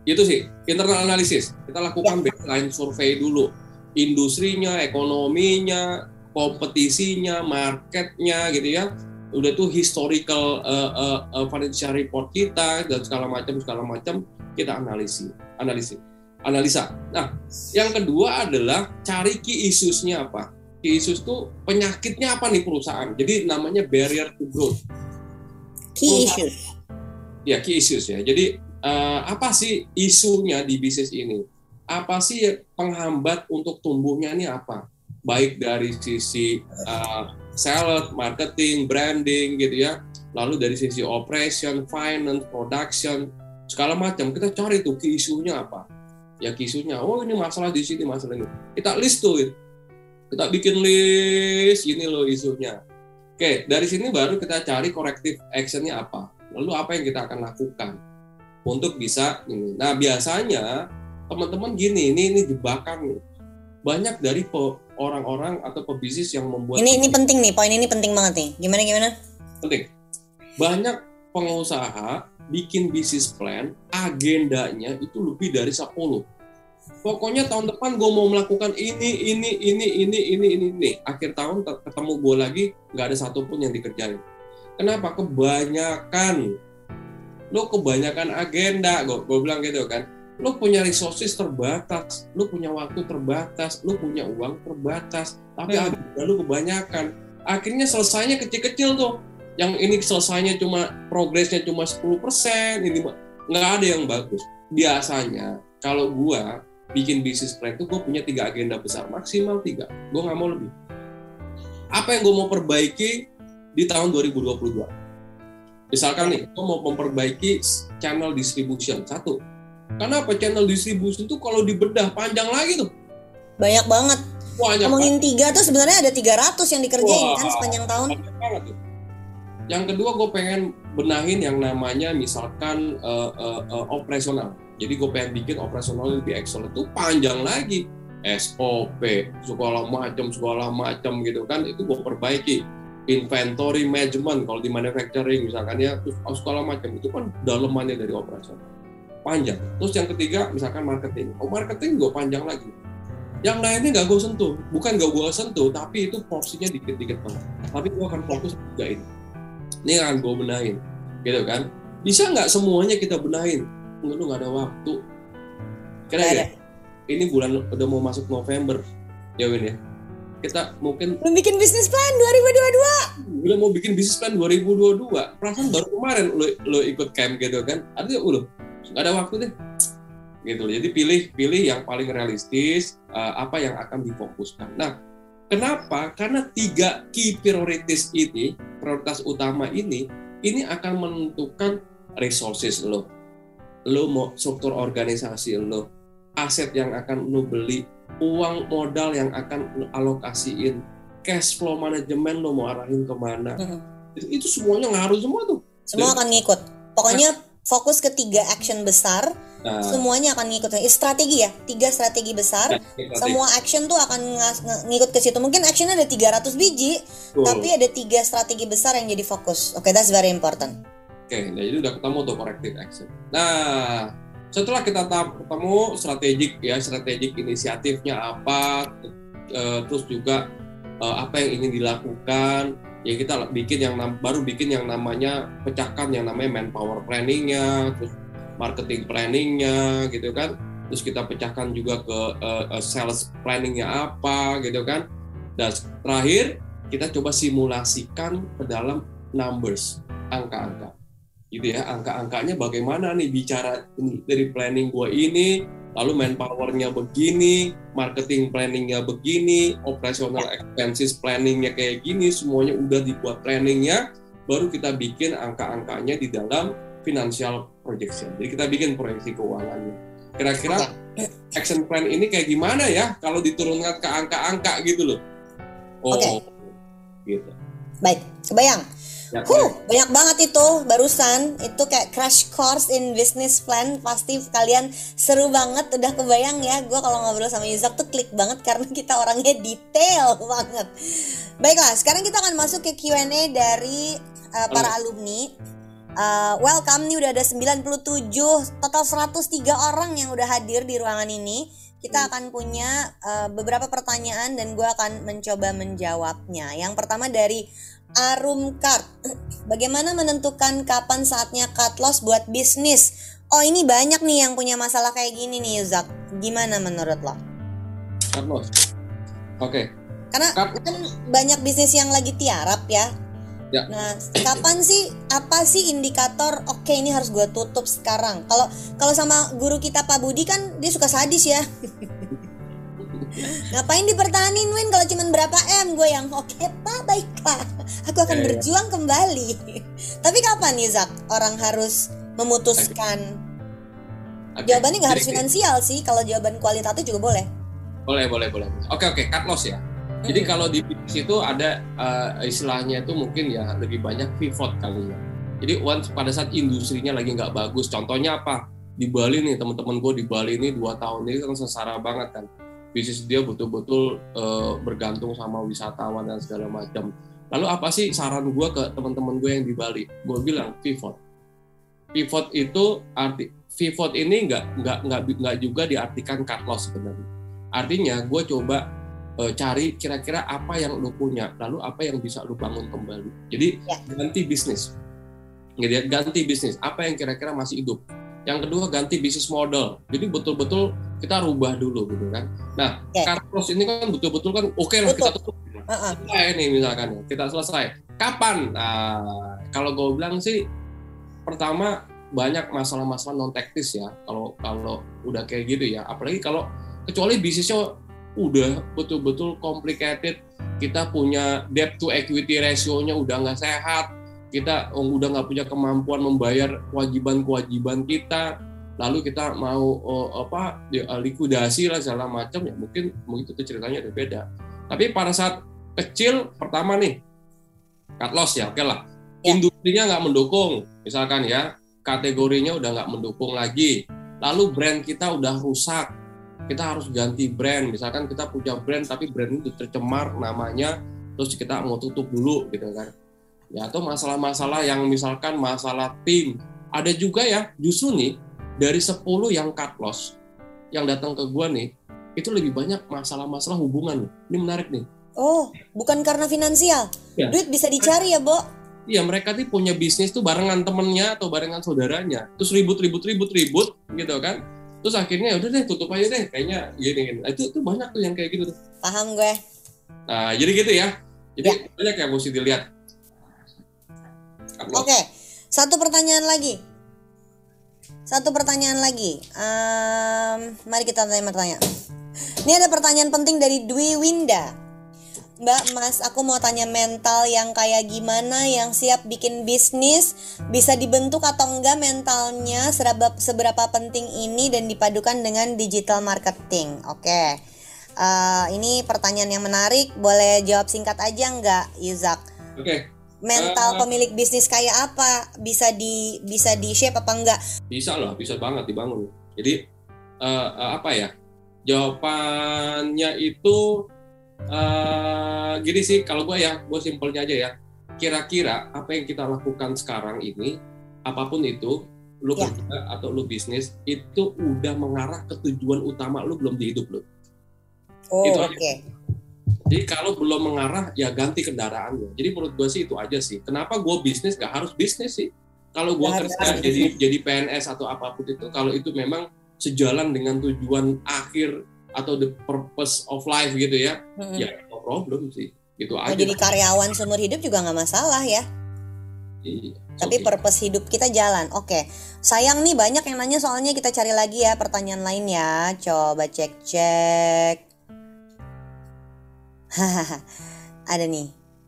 Itu sih internal analisis. Kita lakukan baseline survei dulu, industrinya, ekonominya, kompetisinya, marketnya gitu ya. Udah tuh historical financial report kita dan segala macam kita analisa. Nah, yang kedua adalah cari key issues-nya apa. Key issues tuh penyakitnya apa nih perusahaan. Jadi namanya barrier to growth. Key issues. Ya, key issues ya. Jadi apa sih isunya di bisnis ini? Apa sih penghambat untuk tumbuhnya ini apa? Baik dari sisi sales, marketing, branding gitu ya. Lalu dari sisi operation, finance, production, segala macam. Kita cari tuh key isunya apa. Ya key isunya, oh ini masalah di sini, masalah ini. Kita list tuh. Kita bikin list, ini loh isunya. Oke, dari sini baru kita cari corrective action-nya apa. Lalu apa yang kita akan lakukan untuk bisa ini. Nah, biasanya teman-teman gini, ini jebakan nih. Banyak dari orang-orang atau pebisnis yang membuat ini penting nih, poin ini penting banget nih. Gimana? Penting. Banyak pengusaha bikin bisnis plan, agendanya itu lebih dari 10. Pokoknya tahun depan gue mau melakukan ini. Akhir tahun ketemu gue lagi, nggak ada satupun yang dikerjain. Kenapa? Kebanyakan agenda, gue bilang gitu kan. Lo punya resources terbatas, lo punya waktu terbatas, lo punya uang terbatas, tapi agenda lo kebanyakan. Akhirnya selesainya kecil-kecil tuh. Yang ini selesainya progresnya cuma 10%, ini nggak ada yang bagus. Biasanya kalau gue bikin bisnis plan itu gue punya 3 agenda besar, maksimal 3. Gue nggak mau lebih. Apa yang gue mau perbaiki di tahun 2022? Misalkan nih, gue mau memperbaiki channel distribution 1. Karena apa? Channel distribution itu kalau dibedah panjang lagi tuh. Banyak banget. Ngomongin 3 tuh sebenarnya ada 300 yang dikerjain kan sepanjang tahun. Banyak banget tuh. Yang kedua gue pengen benahin yang namanya misalkan operasional. Jadi gue pengen bikin operasional lebih excellent. Itu panjang lagi. SOP, segala macam gitu kan. Itu gue perbaiki. Inventory management kalau di manufacturing misalkan ya, terus segala macam. Itu kan dalemannya dari operasional. Panjang. Terus yang ketiga misalkan marketing. Marketing gue panjang lagi. Yang lainnya nggak gue sentuh. Bukan nggak gue sentuh, tapi itu porsinya dikit-dikit banget. Tapi gue akan fokus juga ini. Ini akan gue benahin, gitu kan? Bisa nggak semuanya kita benahin? Lu nggak ada waktu. Kira-kira ini bulan udah mau masuk November, ya Win ya. Kita mungkin belum bikin bisnis plan 2022. Udah mau bikin bisnis plan 2022. Perasaan baru kemarin lo ikut camp gitu kan? Artinya nggak ada waktu deh. Gitu. Jadi pilih yang paling realistis, apa yang akan difokuskan. Nah, kenapa? Karena 3 key priorities ini, prioritas utama ini akan menentukan resources lo mau struktur organisasi lo, aset yang akan lo beli, uang modal yang akan lo alokasiin, cash flow manajemen lo mau arahin kemana. Itu semuanya ngaruh semua tuh. Semua akan ngikut. Pokoknya fokus ke 3 action besar. Semuanya akan ngikut. Strategi ya, 3 strategi besar. Semua action tuh akan ngikut ke situ. Mungkin actionnya ada 300 biji, tapi ada 3 strategi besar yang jadi fokus. Oke, that's very important. Oke, nah itu udah ketemu tuh corrective action. Nah, setelah kita ketemu strategik inisiatifnya apa, terus juga apa yang ingin dilakukan, ya kita baru bikin yang namanya pecahkan yang namanya manpower planningnya, terus marketing planningnya gitu kan, terus kita pecahkan juga ke sales planningnya apa gitu kan, dan terakhir kita coba simulasikan ke dalam numbers, angka-angka gitu ya, angka-angkanya bagaimana nih bicara ini dari planning gua ini, lalu manpowernya begini, marketing planningnya begini, operational expenses planningnya kayak gini, semuanya udah dibuat planningnya, baru kita bikin angka-angkanya di dalam financial projection. Jadi kita bikin proyeksi keuangannya. Kira-kira action plan ini kayak gimana ya kalau diturunkan ke angka-angka gitu loh. Gitu. Baik, kebayang. Banyak banget itu barusan. Itu kayak crash course in business plan. Pasti kalian seru banget. Udah kebayang ya. Gue kalau ngobrol sama Yuzak tuh klik banget karena kita orangnya detail banget. Baiklah, sekarang kita akan masuk ke Q&A dari para alumni. Welcome nih, udah ada 97, total 103 orang yang udah hadir di ruangan ini. Kita akan punya beberapa pertanyaan dan gue akan mencoba menjawabnya. Yang pertama dari Arum Kart. Bagaimana menentukan kapan saatnya cut loss buat bisnis? Oh, ini banyak nih yang punya masalah kayak gini nih, Yuzak. Gimana menurut lo? Cut loss. Oke. Karena kan banyak bisnis yang lagi tiarap ya. Ya. Nah, apa sih indikator oke, ini harus gue tutup sekarang? Kalau sama guru kita Pak Budi kan dia suka sadis ya. Ngapain dipertahanin, Win, kalau cuma berapa M? Gue yang oke Pak, baik Pak, aku akan berjuang kembali. Tapi kapan nih Zak orang harus memutuskan? Jawabannya nggak harus finansial sih, kalau jawaban kualitatif juga boleh. Boleh. Oke, cut loss ya. Jadi kalau di bisnis itu ada istilahnya itu mungkin ya lebih banyak pivot kali ya. Jadi pada saat industrinya lagi nggak bagus, contohnya apa? Di Bali nih, teman-teman gue di Bali ini 2 tahun ini kan sengsara banget kan. Bisnis dia betul-betul bergantung sama wisatawan dan segala macam. Lalu apa sih saran gue ke teman-teman gue yang di Bali? Gue bilang pivot. Pivot itu pivot ini nggak juga diartikan cut loss sebenarnya. Artinya gue coba cari kira-kira apa yang lu punya, lalu apa yang bisa lu bangun kembali. Jadi ganti bisnis, ganti bisnis. Apa yang kira-kira masih hidup. Yang kedua ganti bisnis model. Jadi betul-betul kita rubah dulu gitu kan. Nah, cut loss ini kan betul-betul kan oke lah kita tutup. Selesai nih misalkan ya, kita selesai. Kapan? Nah, kalau gue bilang sih, pertama banyak masalah-masalah non teknis ya. Kalau udah kayak gitu ya, apalagi kalau kecuali bisnisnya udah betul-betul complicated, kita punya debt to equity ratio-nya udah nggak sehat, kita udah nggak punya kemampuan membayar kewajiban kita, lalu kita mau likuidasi lah segala macam, ya mungkin itu ceritanya udah beda. Tapi pada saat kecil, pertama nih cut loss ya, oke lah. Industrinya nggak mendukung, misalkan ya, kategorinya udah nggak mendukung lagi, lalu brand kita udah rusak, kita harus ganti brand. Misalkan kita punya brand tapi brand itu tercemar namanya, terus kita mau tutup dulu gitu kan ya. Atau masalah-masalah yang misalkan masalah tim, ada juga ya, justru nih dari 10 yang cut loss yang datang ke gua nih, itu lebih banyak masalah-masalah hubungan. Ini menarik nih. Oh, bukan karena finansial ya. Duit bisa dicari ya, Bo. Iya, mereka tuh punya bisnis tuh barengan temennya atau barengan saudaranya, terus ribut gitu kan. Terus akhirnya udah deh, tutup aja deh, kayaknya gini. Itu banyak tuh yang kayak gitu tuh. Paham gue. Nah, jadi gitu ya. Jadi banyak yang mesti dilihat. Oke. Satu pertanyaan lagi. Mari kita tanya. Ini ada pertanyaan penting dari Dwi Winda. Mbak, Mas, aku mau tanya mental yang kayak gimana yang siap bikin bisnis, bisa dibentuk atau enggak mentalnya, seberapa penting ini dan dipadukan dengan digital marketing. Oke. Ini pertanyaan yang menarik, boleh jawab singkat aja enggak, Yuzak? Oke. Mental pemilik bisnis kayak apa? Bisa di shape apa enggak? Bisa lah, bisa banget dibangun. Jadi jawabannya itu gini sih, kalau gue simpelnya aja ya. Kira-kira apa yang kita lakukan sekarang ini, apapun itu, lu kerja atau lu bisnis, itu udah mengarah ke tujuan utama lu belum di hidup lu. Oh, oke. Jadi kalau belum mengarah, ya ganti kendaraan lu. Jadi menurut gue sih itu aja sih. Kenapa gue bisnis gak harus bisnis sih? Kalau gue kerja jadi PNS atau apapun itu, kalau itu memang sejalan dengan tujuan akhir atau the purpose of life gitu ya, ya no problem sih, gitu aja. Jadi karyawan seumur hidup juga nggak masalah ya. Iya, tapi purpose hidup kita jalan. Oke. Sayang nih, banyak yang nanya, soalnya kita cari lagi ya pertanyaan lain ya. Coba cek. Ada nih.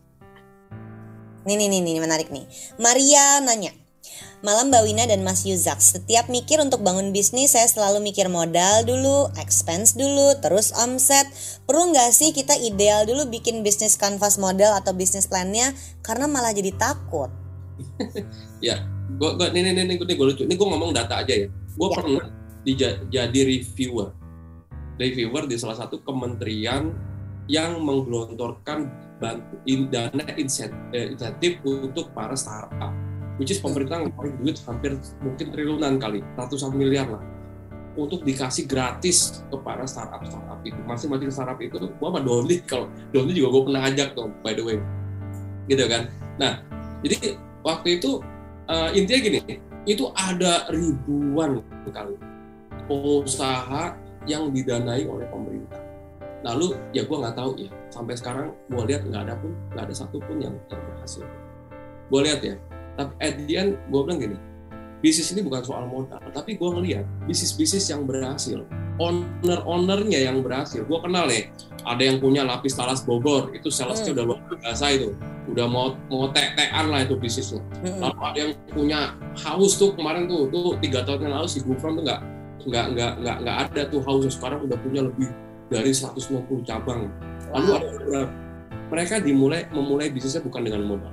Nih menarik nih. Maria nanya, malam Mbak Wina dan Mas Yuzak, setiap mikir untuk bangun bisnis saya selalu mikir modal dulu, expense dulu, terus omset. Perlu nggak sih kita ideal dulu bikin bisnis canvas model atau bisnis plannya, karena malah jadi takut. Ya, ini gue lucu. Ini gue ngomong data aja ya. Gue pernah jadi reviewer di salah satu kementerian yang menggelontorkan dana insentif untuk para startup. which is pemerintah ngeluarin duit hampir mungkin triliunan kali, ratusan miliar lah, untuk dikasih gratis kepada startup itu. Masing-masing startup itu, gua sama Doni, kalau Doni juga gua pernah ajak tuh, by the way, gitu kan. Nah, jadi waktu itu intinya gini, itu ada ribuan kali pengusaha yang didanai oleh pemerintah. Lalu ya gue nggak tahu ya, sampai sekarang gue lihat nggak ada satupun yang berhasil. Gue lihat ya, tapi at the end gue bilang gini, bisnis ini bukan soal modal, tapi gue ngelihat bisnis yang berhasil, owner-ownernya yang berhasil. Gue kenal nih, ada yang punya lapis talas Bogor, itu salesnya udah luar biasa itu, udah mau tek-tekan lah itu bisnisnya. Lalu ada yang punya Haus tuh kemarin tuh 3 tahun yang lalu si Gufron tuh nggak ada tuh Haus, sekarang udah punya lebih dari 150 cabang. Lalu ada mereka memulai bisnisnya bukan dengan modal.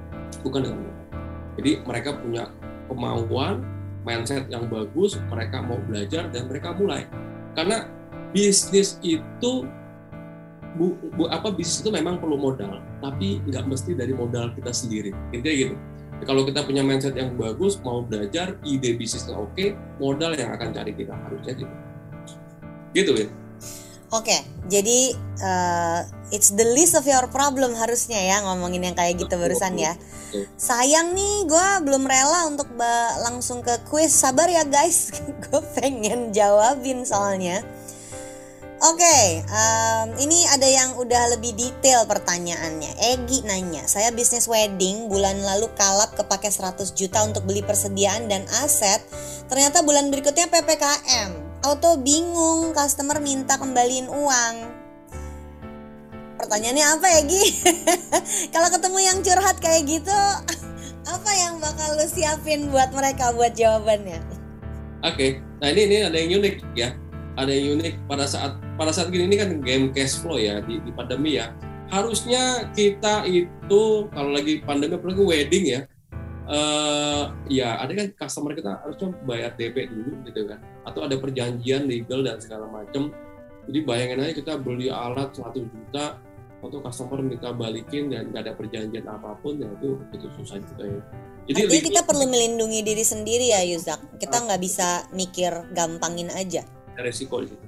Jadi mereka punya kemauan, mindset yang bagus, mereka mau belajar dan mereka mulai. Karena bisnis itu bisnis itu memang perlu modal, tapi nggak mesti dari modal kita sendiri. Intinya gitu. Kalau kita punya mindset yang bagus, mau belajar, ide bisnisnya oke, modal yang akan cari kita, harusnya gitu. Gitu ya. Oke, jadi it's the least of your problem harusnya ya, ngomongin yang kayak gitu barusan ya. Sayang nih, gue belum rela untuk langsung ke quiz. Sabar ya guys, gue pengen jawabin soalnya. Oke, ini ada yang udah lebih detail pertanyaannya. Egi nanya, saya bisnis wedding, bulan lalu kalap kepake 100 juta untuk beli persediaan dan aset. Ternyata bulan berikutnya PPKM. Auto bingung, customer minta kembaliin uang. Pertanyaannya apa Egi? Kalau ketemu yang curhat kayak gitu, apa yang bakal lu siapin buat mereka buat jawabannya? Oke, nah ini ada yang unik ya. Ada yang unik pada saat gini, ini kan game cash flow ya di pandemi ya. Harusnya kita itu kalau lagi pandemi, apalagi wedding ya, ya ada kan customer kita harusnya bayar DP dulu gitu kan, atau ada perjanjian legal dan segala macam. Jadi bayangin aja kita beli alat 1 juta, atau customer minta balikin dan nggak ada perjanjian apapun, ya itu susah juga ya. Jadi kita perlu melindungi diri sendiri ya Yuzak. Kita nggak bisa mikir gampangin aja. Resiko di situ.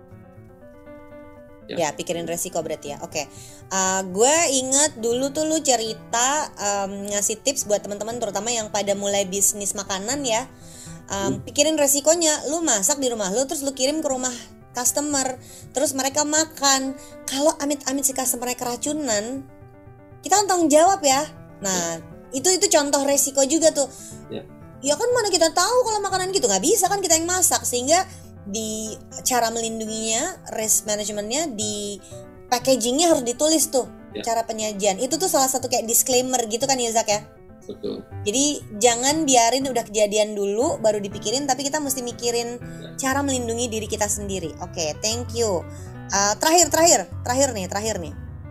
Ya, pikirin resiko berarti ya. Oke. Gue inget dulu tuh lu cerita ngasih tips buat teman-teman terutama yang pada mulai bisnis makanan ya. Pikirin resikonya. Lu masak di rumah lu terus lu kirim ke rumah customer, terus mereka makan. Kalau amit-amit si customer-nya keracunan, kita tanggung jawab ya. Nah, itu contoh resiko juga tuh. Ya kan mana kita tahu kalau makanan gitu, nggak bisa kan kita yang masak, sehingga di cara melindunginya, risk manajemennya, di packagingnya harus ditulis tuh cara penyajian. Itu tuh salah satu kayak disclaimer gitu kan ya Zak ya. Betul. Jadi jangan biarin udah kejadian dulu baru dipikirin, tapi kita mesti mikirin cara melindungi diri kita sendiri. Oke, thank you. Terakhir nih.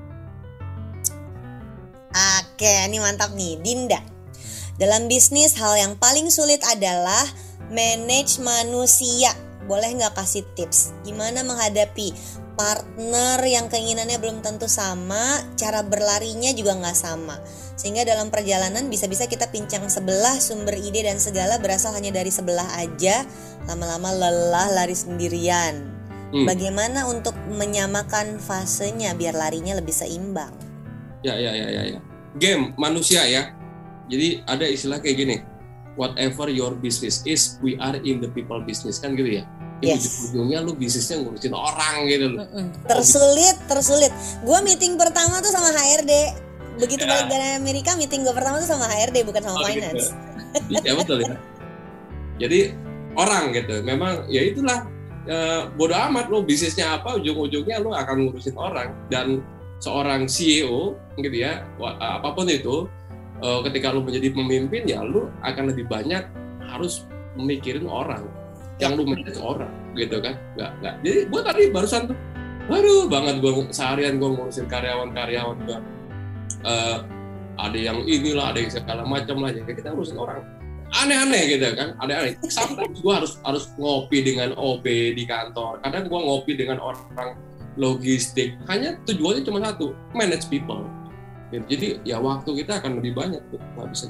Oke, ini mantap nih, Dinda. Dalam bisnis hal yang paling sulit adalah manage manusia. Boleh nggak kasih tips gimana menghadapi partner yang keinginannya belum tentu sama, cara berlarinya juga nggak sama, sehingga dalam perjalanan bisa-bisa kita pincang sebelah, sumber ide dan segala berasal hanya dari sebelah aja, lama-lama lelah lari sendirian. Bagaimana untuk menyamakan fasenya biar larinya lebih seimbang? Ya. Game manusia ya. Jadi ada istilah kayak gini, whatever your business is, we are in the people business, kan gitu ya. Ujung-ujungnya lu bisnisnya ngurusin orang gitu loh. Tersulit. Gue meeting pertama tuh sama HRD. Begitu balik dari Amerika, meeting gue pertama tuh sama HRD bukan sama finance. Iya betul ya. Jadi orang gitu. Memang ya itulah, bodo amat lu bisnisnya apa, ujung-ujungnya lu akan ngurusin orang. Dan seorang CEO gitu ya, apapun itu, ketika lu menjadi pemimpin ya lu akan lebih banyak harus memikirin orang, yang lu manage orang gitu kan. Nggak. Jadi gue tadi barusan tuh baru banget, gue seharian gue ngurusin karyawan gue, ada yang inilah, ada yang segala macam lah, jadi kita ngurusin orang aneh-aneh gitu kan, aneh-aneh. Sometimes gue harus ngopi dengan OB di kantor, kadang gue ngopi dengan orang logistik, hanya tujuannya cuma satu, manage people. Jadi ya waktu kita akan lebih banyak tuh ngabisin orang.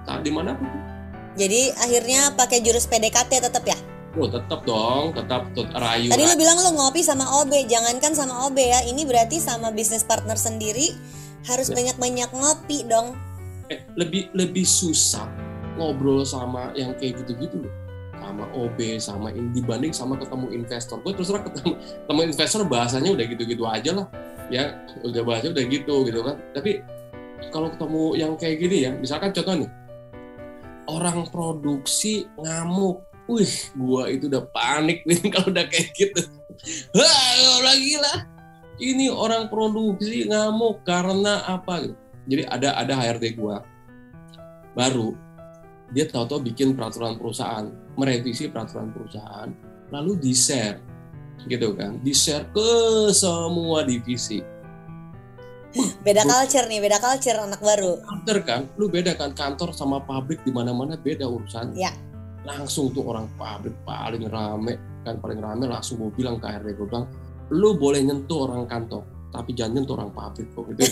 saat dimanapun. Jadi akhirnya pakai jurus PDKT tetap ya? Oh tetap dong, tetap rayu. Tadi lu bilang lu ngopi sama OB, jangankan sama OB ya, ini berarti sama bisnis partner sendiri harus banyak-banyak ngopi dong. Lebih susah ngobrol sama yang kayak gitu-gitu loh, sama OB, sama dibanding sama ketemu investor. Gue terus terang ketemu investor bahasanya udah gitu-gitu aja lah, ya udah bahasanya udah gitu kan. Tapi kalau ketemu yang kayak gini ya, misalkan contoh nih, orang produksi ngamuk. Wih, gua itu udah panik nih kalau udah kayak gitu. Wah, lagi lah. Ini orang produksi ngamuk karena apa gitu. Jadi ada HRD gua baru, dia tahu-tahu bikin peraturan perusahaan, merevisi peraturan perusahaan, lalu di-share gitu kan, di-share ke semua divisi. Beda culture nih, beda culture anak baru. Kantor kan, lu beda kan, kantor sama pabrik di mana-mana beda urusan. Ya. Langsung tuh orang pabrik paling rame langsung gue bilang ke HRD, gue bilang lu boleh nyentuh orang kantor tapi jangan nyentuh orang pabrik kok gitu.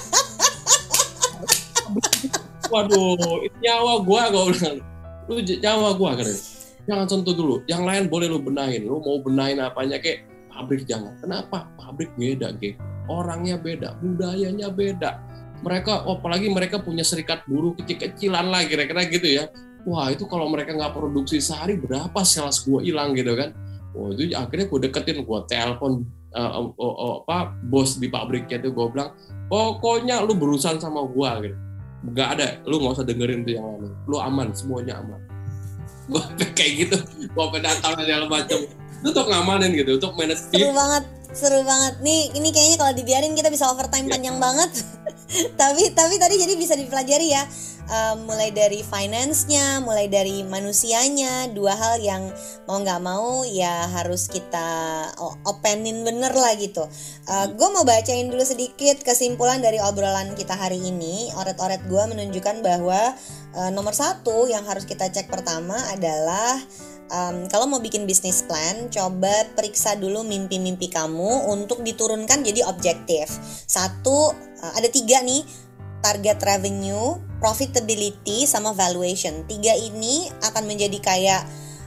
Waduh, itu nyawa gue bilang, lu nyawa gue kan, jangan sentuh dulu, yang lain boleh lu benahin, lu mau benahin apanya kayak, pabrik jangan. Kenapa? Pabrik beda ge, orangnya beda, budayanya beda, mereka apalagi mereka punya serikat buruh kecil-kecilan lah kira-kira gitu ya. Wah itu kalau mereka nggak produksi sehari berapa sales gue hilang gitu kan. Wah itu akhirnya gue deketin, gue telepon bos di pabriknya tuh, gue bilang pokoknya lu berurusan sama gue gitu, nggak ada, lu nggak usah dengerin tuh yang lain, lu aman, semuanya aman. Gue kayak gitu, gue pendatang segala macam, itu untuk ngamanin gitu, untuk manage. Seru banget nih, ini kayaknya kalau dibiarin kita bisa overtime panjang banget. tapi tadi jadi bisa dipelajari ya, mulai dari finance-nya, mulai dari manusianya, dua hal yang mau nggak mau ya harus kita openin bener lah gitu. Gue mau bacain dulu sedikit kesimpulan dari obrolan kita hari ini. Oret-oret gue menunjukkan bahwa nomor satu yang harus kita cek pertama adalah kalau mau bikin bisnis plan, coba periksa dulu mimpi-mimpi kamu untuk diturunkan jadi objektif. Satu, ada 3 nih, target revenue, profitability, sama valuation. 3 ini akan menjadi kayak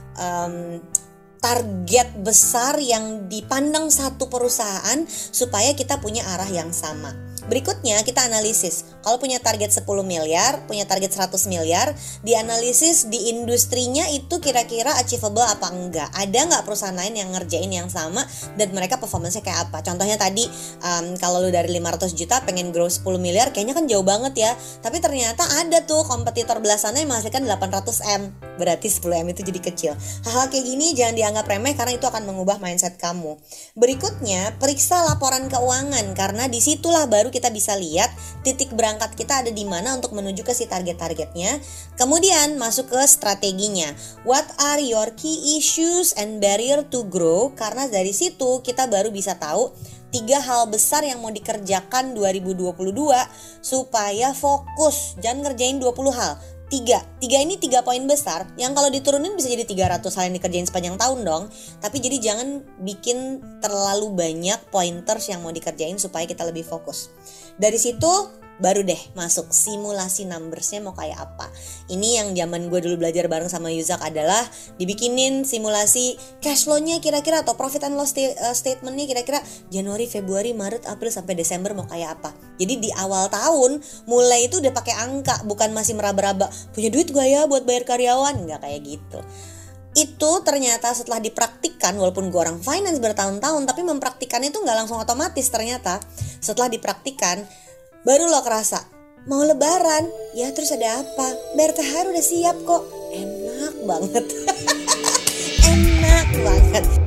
target besar yang dipandang satu perusahaan supaya kita punya arah yang sama. Berikutnya kita analisis, kalau punya target 10 miliar, punya target 100 miliar, dianalisis di industrinya itu kira-kira achievable apa enggak. Ada nggak perusahaan lain yang ngerjain yang sama dan mereka performance-nya kayak apa. Contohnya tadi, kalau lu dari 500 juta pengen grow 10 miliar, kayaknya kan jauh banget ya. Tapi ternyata ada tuh kompetitor belah sana yang menghasilkan 800M, berarti 10M itu jadi kecil. Hal-hal kayak gini jangan dianggap remeh karena itu akan mengubah mindset kamu. Berikutnya, periksa laporan keuangan karena disitulah baru kita bisa lihat titik berangkat kita ada di mana untuk menuju ke si target-targetnya. Kemudian masuk ke strateginya. What are your key issues and barrier to grow? Karena dari situ kita baru bisa tahu 3 hal besar yang mau dikerjakan 2022 supaya fokus. Jangan ngerjain 20 hal. 3 ini 3 poin besar yang kalau diturunin bisa jadi 300 hal yang dikerjain sepanjang tahun dong. Tapi jadi jangan bikin terlalu banyak pointers yang mau dikerjain supaya kita lebih fokus. Dari situ baru deh masuk simulasi numbersnya mau kayak apa. Ini yang zaman gue dulu belajar bareng sama Yuzak adalah dibikinin simulasi cash flow-nya kira-kira atau profit and loss statement-nya kira-kira Januari, Februari, Maret, April sampai Desember mau kayak apa. Jadi di awal tahun mulai itu udah pakai angka, bukan masih meraba-raba punya duit gak ya buat bayar karyawan, nggak kayak gitu. Itu ternyata setelah dipraktikkan, walaupun gue orang finance bertahun-tahun, tapi mempraktikannya itu nggak langsung otomatis ternyata. Setelah dipraktikkan baru lo kerasa, mau lebaran, ya terus ada apa? Bayar THR udah siap kok. Enak banget. Enak banget.